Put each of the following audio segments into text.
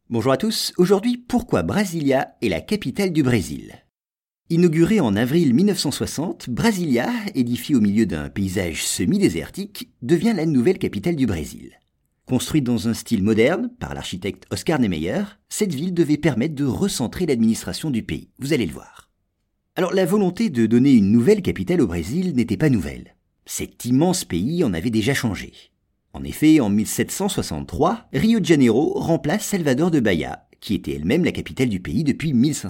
Bonjour à tous, aujourd'hui pourquoi Brasilia est la capitale du Brésil. Inaugurée en avril 1960, Brasilia, édifiée au milieu d'un paysage semi-désertique, devient la nouvelle capitale du Brésil. Construite dans un style moderne par l'architecte Oscar Niemeyer, cette ville devait permettre de recentrer l'administration du pays, vous allez le voir. Alors la volonté de donner une nouvelle capitale au Brésil n'était pas nouvelle. Cet immense pays en avait déjà changé. En effet, en 1763, Rio de Janeiro remplace Salvador de Bahia, qui était elle-même la capitale du pays depuis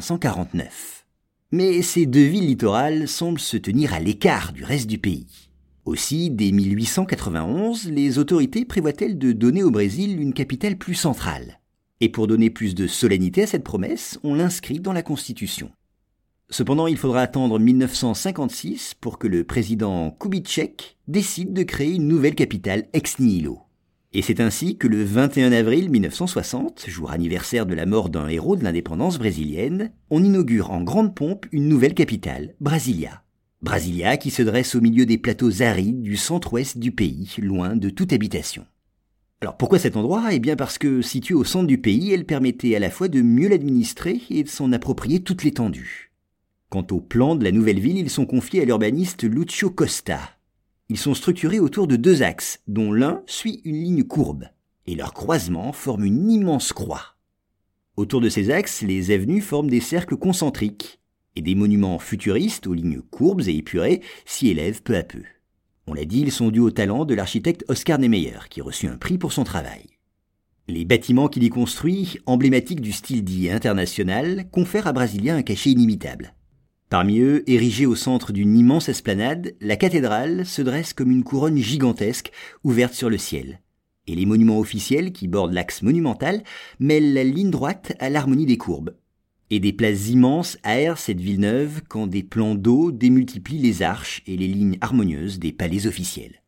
1549. Mais ces deux villes littorales semblent se tenir à l'écart du reste du pays. Aussi, dès 1891, les autorités prévoient-elles de donner au Brésil une capitale plus centrale. Et pour donner plus de solennité à cette promesse, on l'inscrit dans la Constitution. Cependant, il faudra attendre 1956 pour que le président Kubitschek décide de créer une nouvelle capitale ex nihilo. Et c'est ainsi que le 21 avril 1960, jour anniversaire de la mort d'un héros de l'indépendance brésilienne, on inaugure en grande pompe une nouvelle capitale, Brasilia. Brasilia qui se dresse au milieu des plateaux arides du centre-ouest du pays, loin de toute habitation. Alors pourquoi cet endroit ? Eh bien parce que, située au centre du pays, elle permettait à la fois de mieux l'administrer et de s'en approprier toute l'étendue. Quant aux plans de la nouvelle ville, ils sont confiés à l'urbaniste Lúcio Costa. Ils sont structurés autour de deux axes, dont l'un suit une ligne courbe, et leur croisement forme une immense croix. Autour de ces axes, les avenues forment des cercles concentriques, et des monuments futuristes aux lignes courbes et épurées s'y élèvent peu à peu. On l'a dit, ils sont dus au talent de l'architecte Oscar Niemeyer, qui reçut un prix pour son travail. Les bâtiments qu'il y construit, emblématiques du style dit international, confèrent à Brasilia un cachet inimitable. Parmi eux, érigée au centre d'une immense esplanade, la cathédrale se dresse comme une couronne gigantesque ouverte sur le ciel. Et les monuments officiels qui bordent l'axe monumental mêlent la ligne droite à l'harmonie des courbes. Et des places immenses aèrent cette ville neuve quand des plans d'eau démultiplient les arches et les lignes harmonieuses des palais officiels.